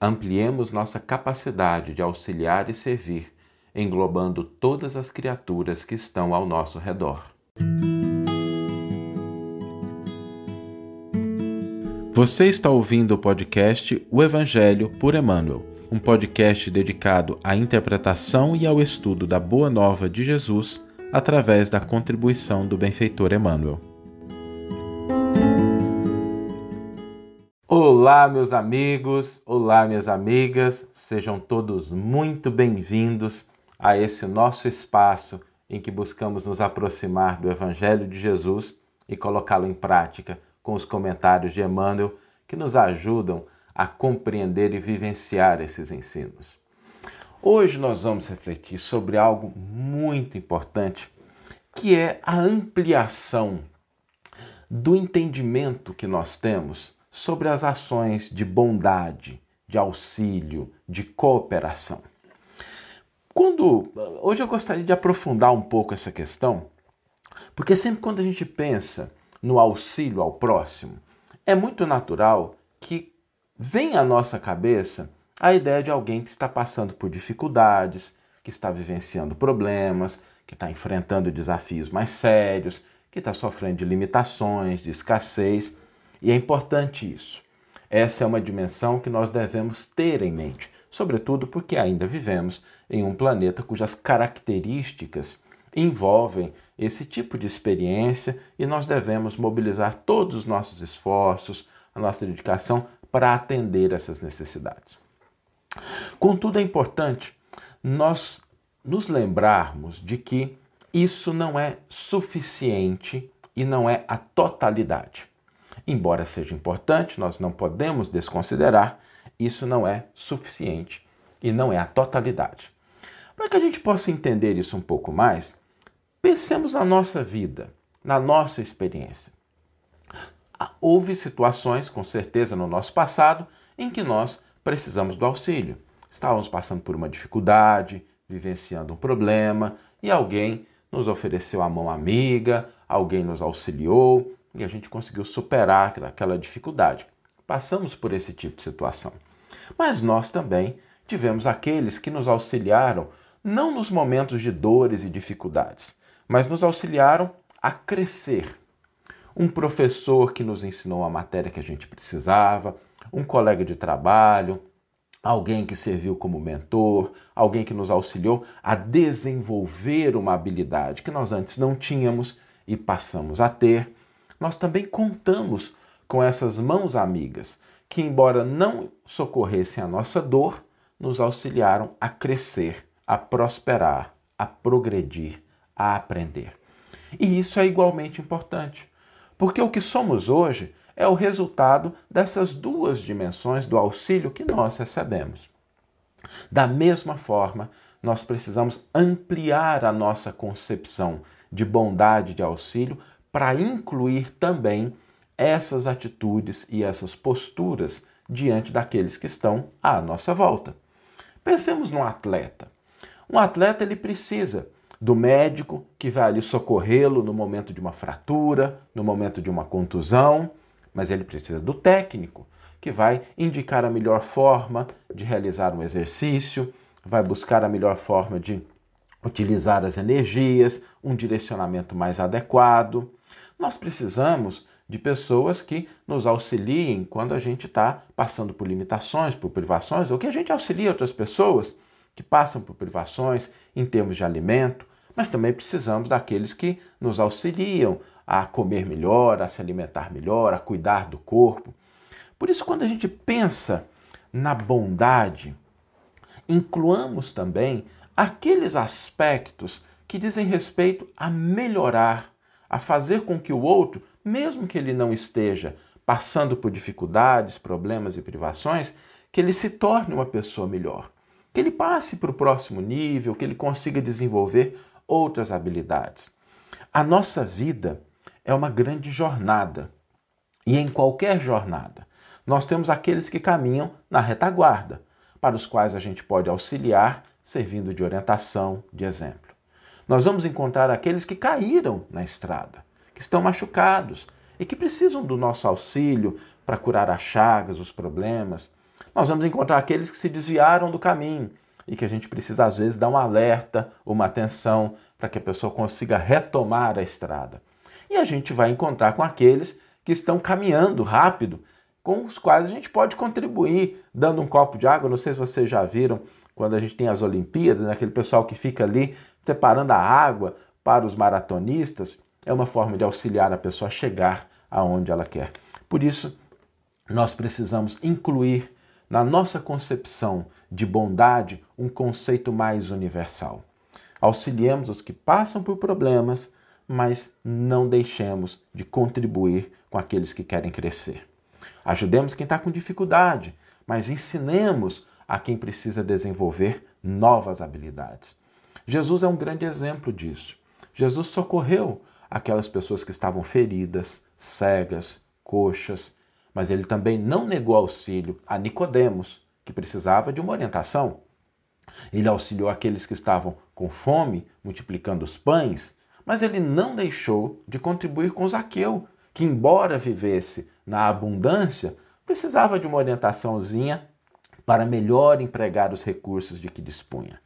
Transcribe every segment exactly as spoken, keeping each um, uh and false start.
Ampliemos nossa capacidade de auxiliar e servir, englobando todas as criaturas que estão ao nosso redor. Você está ouvindo o podcast O Evangelho por Emmanuel, um podcast dedicado à interpretação e ao estudo da Boa Nova de Jesus através da contribuição do benfeitor Emmanuel. Olá, meus amigos, olá, minhas amigas, sejam todos muito bem-vindos a esse nosso espaço em que buscamos nos aproximar do Evangelho de Jesus e colocá-lo em prática com os comentários de Emmanuel que nos ajudam a compreender e vivenciar esses ensinos. Hoje nós vamos refletir sobre algo muito importante, que é a ampliação do entendimento que nós temos sobre as ações de bondade, de auxílio, de cooperação. Quando, hoje eu gostaria de aprofundar um pouco essa questão, porque sempre quando a gente pensa no auxílio ao próximo, é muito natural que venha à nossa cabeça a ideia de alguém que está passando por dificuldades, que está vivenciando problemas, que está enfrentando desafios mais sérios, que está sofrendo de limitações, de escassez. E é importante isso. Essa é uma dimensão que nós devemos ter em mente, sobretudo porque ainda vivemos em um planeta cujas características envolvem esse tipo de experiência e nós devemos mobilizar todos os nossos esforços, a nossa dedicação para atender essas necessidades. Contudo, é importante nós nos lembrarmos de que isso não é suficiente e não é a totalidade. Embora seja importante, nós não podemos desconsiderar, isso não é suficiente e não é a totalidade. Para que a gente possa entender isso um pouco mais, pensemos na nossa vida, na nossa experiência. Houve situações, com certeza, no nosso passado, em que nós precisamos do auxílio. Estávamos passando por uma dificuldade, vivenciando um problema, e alguém nos ofereceu a mão amiga, alguém nos auxiliou, e a gente conseguiu superar aquela dificuldade. Passamos por esse tipo de situação. Mas nós também tivemos aqueles que nos auxiliaram, não nos momentos de dores e dificuldades, mas nos auxiliaram a crescer. Um professor que nos ensinou a matéria que a gente precisava, um colega de trabalho, alguém que serviu como mentor, alguém que nos auxiliou a desenvolver uma habilidade que nós antes não tínhamos e passamos a ter. Nós também contamos com essas mãos amigas que, embora não socorressem a nossa dor, nos auxiliaram a crescer, a prosperar, a progredir, a aprender. E isso é igualmente importante, porque o que somos hoje é o resultado dessas duas dimensões do auxílio que nós recebemos. Da mesma forma, nós precisamos ampliar a nossa concepção de bondade e de auxílio para incluir também essas atitudes e essas posturas diante daqueles que estão à nossa volta. Pensemos num atleta. Um atleta ele precisa do médico que vai ali socorrê-lo no momento de uma fratura, no momento de uma contusão, mas ele precisa do técnico que vai indicar a melhor forma de realizar um exercício, vai buscar a melhor forma de utilizar as energias, um direcionamento mais adequado. Nós precisamos de pessoas que nos auxiliem quando a gente está passando por limitações, por privações, ou que a gente auxilie outras pessoas que passam por privações em termos de alimento, mas também precisamos daqueles que nos auxiliam a comer melhor, a se alimentar melhor, a cuidar do corpo. Por isso, quando a gente pensa na bondade, incluamos também aqueles aspectos que dizem respeito a melhorar, a fazer com que o outro, mesmo que ele não esteja passando por dificuldades, problemas e privações, que ele se torne uma pessoa melhor, que ele passe para o próximo nível, que ele consiga desenvolver outras habilidades. A nossa vida é uma grande jornada, e em qualquer jornada, nós temos aqueles que caminham na retaguarda, para os quais a gente pode auxiliar, servindo de orientação, de exemplo. Nós vamos encontrar aqueles que caíram na estrada, que estão machucados e que precisam do nosso auxílio para curar as chagas, os problemas. Nós vamos encontrar aqueles que se desviaram do caminho e que a gente precisa, às vezes, dar um alerta, uma atenção para que a pessoa consiga retomar a estrada. E a gente vai encontrar com aqueles que estão caminhando rápido, com os quais a gente pode contribuir, dando um copo de água. Não sei se vocês já viram, quando a gente tem as Olimpíadas, né, aquele pessoal que fica ali separando a água para os maratonistas, é uma forma de auxiliar a pessoa a chegar aonde ela quer. Por isso, nós precisamos incluir na nossa concepção de bondade um conceito mais universal. Auxiliemos os que passam por problemas, mas não deixemos de contribuir com aqueles que querem crescer. Ajudemos quem está com dificuldade, mas ensinemos a quem precisa desenvolver novas habilidades. Jesus é um grande exemplo disso. Jesus socorreu aquelas pessoas que estavam feridas, cegas, coxas, mas ele também não negou auxílio a Nicodemos, que precisava de uma orientação. Ele auxiliou aqueles que estavam com fome, multiplicando os pães, mas ele não deixou de contribuir com Zaqueu, que, embora vivesse na abundância, precisava de uma orientaçãozinha para melhor empregar os recursos de que dispunha.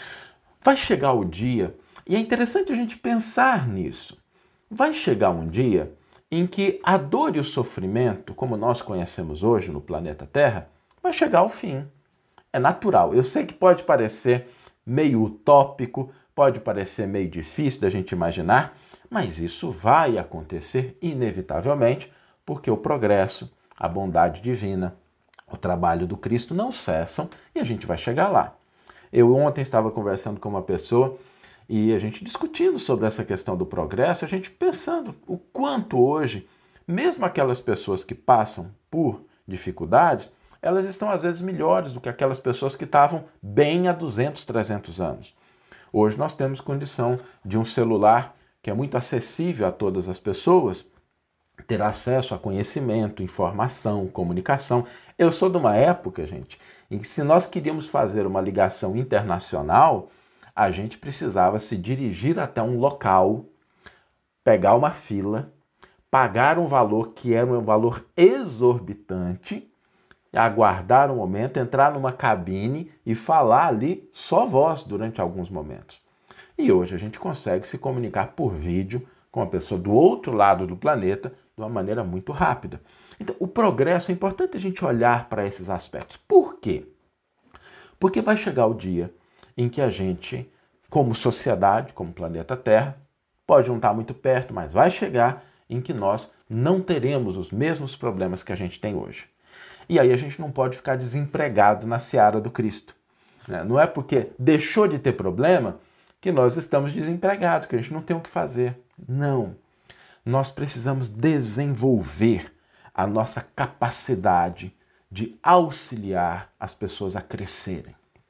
Vai chegar o dia, e é interessante a gente pensar nisso, vai chegar um dia em que a dor e o sofrimento, como nós conhecemos hoje no planeta Terra, vai chegar ao fim. É natural. Eu sei que pode parecer meio utópico, pode parecer meio difícil da gente imaginar, mas isso vai acontecer inevitavelmente, porque o progresso, a bondade divina, o trabalho do Cristo não cessam e a gente vai chegar lá. Eu ontem estava conversando com uma pessoa e a gente discutindo sobre essa questão do progresso, a gente pensando o quanto hoje, mesmo aquelas pessoas que passam por dificuldades, elas estão às vezes melhores do que aquelas pessoas que estavam bem há duzentos, trezentos anos. Hoje nós temos condição de um celular que é muito acessível a todas as pessoas, ter acesso a conhecimento, informação, comunicação. Eu sou de uma época, gente, em que se nós queríamos fazer uma ligação internacional, a gente precisava se dirigir até um local, pegar uma fila, pagar um valor que era um valor exorbitante, aguardar um momento, entrar numa cabine e falar ali só voz durante alguns momentos. E hoje a gente consegue se comunicar por vídeo com a pessoa do outro lado do planeta de uma maneira muito rápida. Então, o progresso, é importante a gente olhar para esses aspectos. Por quê? Porque vai chegar o dia em que a gente, como sociedade, como planeta Terra, pode não estar muito perto, mas vai chegar em que nós não teremos os mesmos problemas que a gente tem hoje. E aí a gente não pode ficar desempregado na seara do Cristo. Não é porque deixou de ter problema que nós estamos desempregados, que a gente não tem o que fazer. Não. Nós precisamos desenvolver a nossa capacidade de auxiliar as pessoas a crescerem,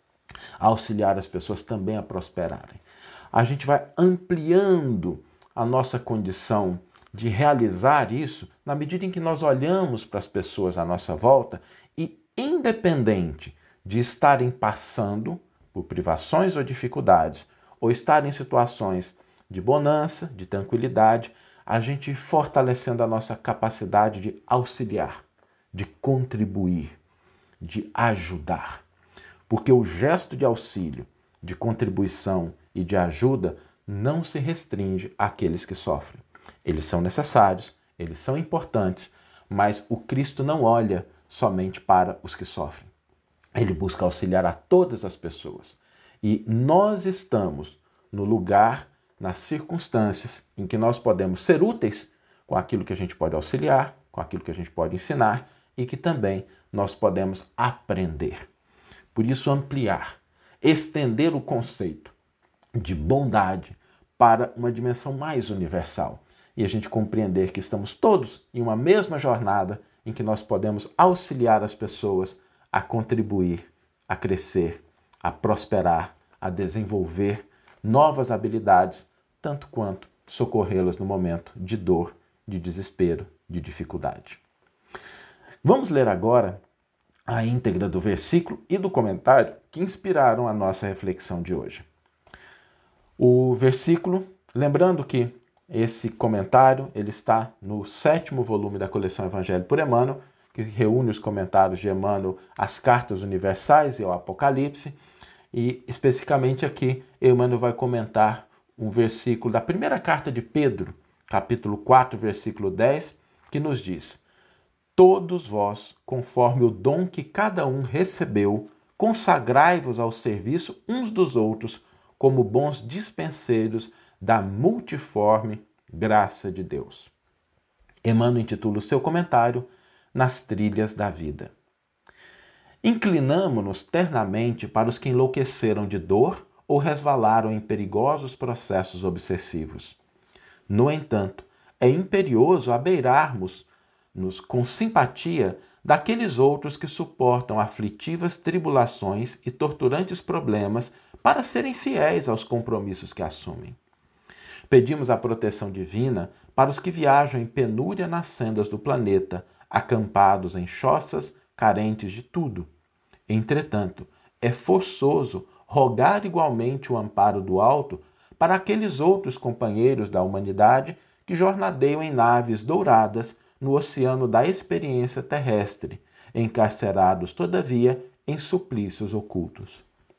auxiliar as pessoas também a prosperarem. A gente vai ampliando a nossa condição de realizar isso na medida em que nós olhamos para as pessoas à nossa volta e, independente de estarem passando por privações ou dificuldades, ou estarem em situações de bonança, de tranquilidade, a gente ir fortalecendo a nossa capacidade de auxiliar, de contribuir, de ajudar. Porque o gesto de auxílio, de contribuição e de ajuda não se restringe àqueles que sofrem. Eles são necessários, eles são importantes, mas o Cristo não olha somente para os que sofrem. Ele busca auxiliar a todas as pessoas. E nós estamos no lugar, nas circunstâncias em que nós podemos ser úteis com aquilo que a gente pode auxiliar, com aquilo que a gente pode ensinar e que também nós podemos aprender. Por isso, ampliar, estender o conceito de bondade para uma dimensão mais universal e a gente compreender que estamos todos em uma mesma jornada em que nós podemos auxiliar as pessoas a contribuir, a crescer, a prosperar, a desenvolver novas habilidades, tanto quanto socorrê-las no momento de dor, de desespero, de dificuldade. Vamos ler agora a íntegra do versículo e do comentário que inspiraram a nossa reflexão de hoje. O versículo, lembrando que esse comentário ele está no sétimo volume da coleção Evangelho por Emmanuel, que reúne os comentários de Emmanuel às cartas universais e ao Apocalipse. E especificamente aqui, Emmanuel vai comentar um versículo da primeira carta de Pedro, capítulo quatro, versículo dez, que nos diz: todos vós, conforme o dom que cada um recebeu, consagrai-vos ao serviço uns dos outros, como bons dispenseiros da multiforme graça de Deus. Emmanuel intitula o seu comentário Nas Trilhas da Vida. Inclinamo-nos ternamente para os que enlouqueceram de dor ou resvalaram em perigosos processos obsessivos. No entanto, é imperioso abeirarmos-nos com simpatia daqueles outros que suportam aflitivas tribulações e torturantes problemas para serem fiéis aos compromissos que assumem. Pedimos a proteção divina para os que viajam em penúria nas sendas do planeta, acampados em choças, carentes de tudo. Entretanto, é forçoso rogar igualmente o amparo do alto para aqueles outros companheiros da humanidade que jornadeiam em naves douradas no oceano da experiência terrestre, encarcerados, todavia, em suplícios ocultos.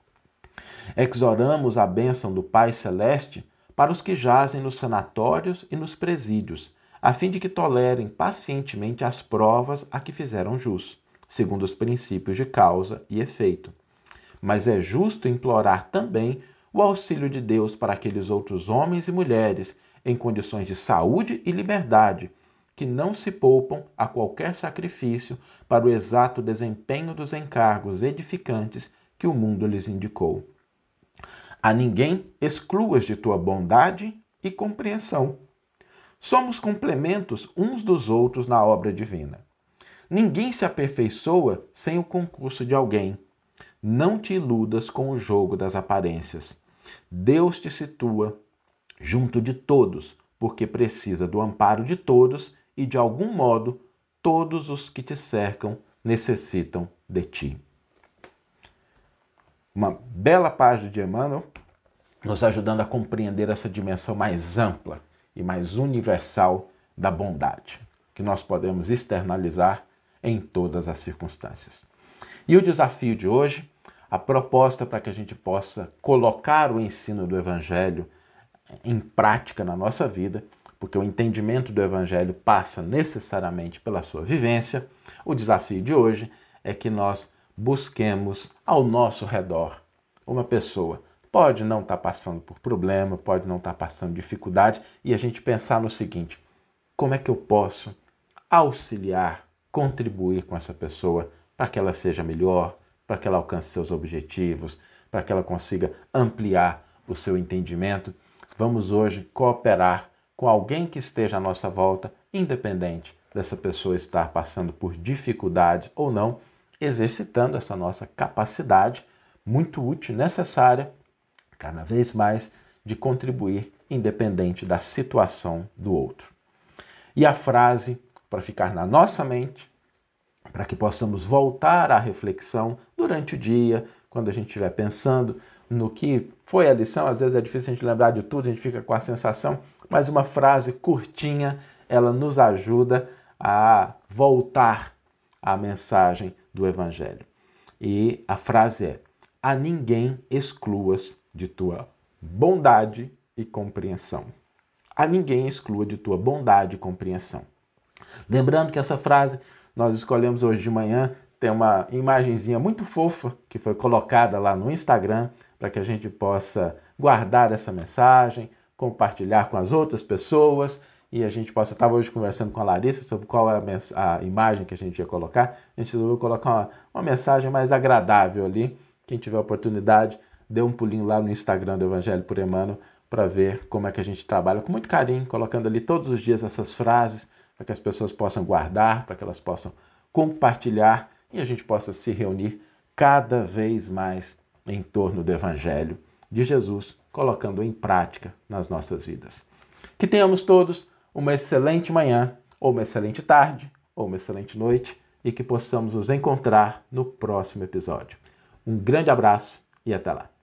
Exoramos a bênção do Pai Celeste para os que jazem nos sanatórios e nos presídios, a fim de que tolerem pacientemente as provas a que fizeram jus, segundo os princípios de causa e efeito. Mas é justo implorar também o auxílio de Deus para aqueles outros homens e mulheres em condições de saúde e liberdade, que não se poupam a qualquer sacrifício para o exato desempenho dos encargos edificantes que o mundo lhes indicou. A ninguém excluas de tua bondade e compreensão. Somos complementos uns dos outros na obra divina. Ninguém se aperfeiçoa sem o concurso de alguém. Não te iludas com o jogo das aparências. Deus te situa junto de todos, porque precisa do amparo de todos e, de algum modo, todos os que te cercam necessitam de ti. Uma bela página de Emmanuel, nos ajudando a compreender essa dimensão mais ampla e mais universal da bondade, que nós podemos externalizar em todas as circunstâncias. E o desafio de hoje, a proposta para que a gente possa colocar o ensino do Evangelho em prática na nossa vida, porque o entendimento do Evangelho passa necessariamente pela sua vivência. O desafio de hoje é que nós busquemos ao nosso redor uma pessoa. Pode não estar passando por problema, pode não estar passando dificuldade, e a gente pensar no seguinte: como é que eu posso auxiliar, contribuir com essa pessoa para que ela seja melhor, para que ela alcance seus objetivos, para que ela consiga ampliar o seu entendimento? Vamos hoje cooperar com alguém que esteja à nossa volta, independente dessa pessoa estar passando por dificuldades ou não, exercitando essa nossa capacidade muito útil, necessária, cada vez mais, de contribuir independente da situação do outro. E a frase, para ficar na nossa mente, para que possamos voltar à reflexão durante o dia, quando a gente estiver pensando no que foi a lição. Às vezes é difícil a gente lembrar de tudo, a gente fica com a sensação, mas uma frase curtinha, ela nos ajuda a voltar à mensagem do Evangelho. E a frase é: a ninguém excluas de tua bondade e compreensão. A ninguém exclua de tua bondade e compreensão. Lembrando que essa frase nós escolhemos hoje de manhã, tem uma imagenzinha muito fofa que foi colocada lá no Instagram para que a gente possa guardar essa mensagem, compartilhar com as outras pessoas e a gente possa... Eu estava hoje conversando com a Larissa sobre qual é a, mens- a imagem que a gente ia colocar. A gente resolveu colocar uma, uma mensagem mais agradável ali. Quem tiver oportunidade, dê um pulinho lá no Instagram do Evangelho por Emmanuel para ver como é que a gente trabalha com muito carinho, colocando ali todos os dias essas frases para que as pessoas possam guardar, para que elas possam compartilhar e a gente possa se reunir cada vez mais em torno do Evangelho de Jesus, colocando em prática nas nossas vidas. Que tenhamos todos uma excelente manhã, ou uma excelente tarde, ou uma excelente noite, e que possamos nos encontrar no próximo episódio. Um grande abraço e até lá!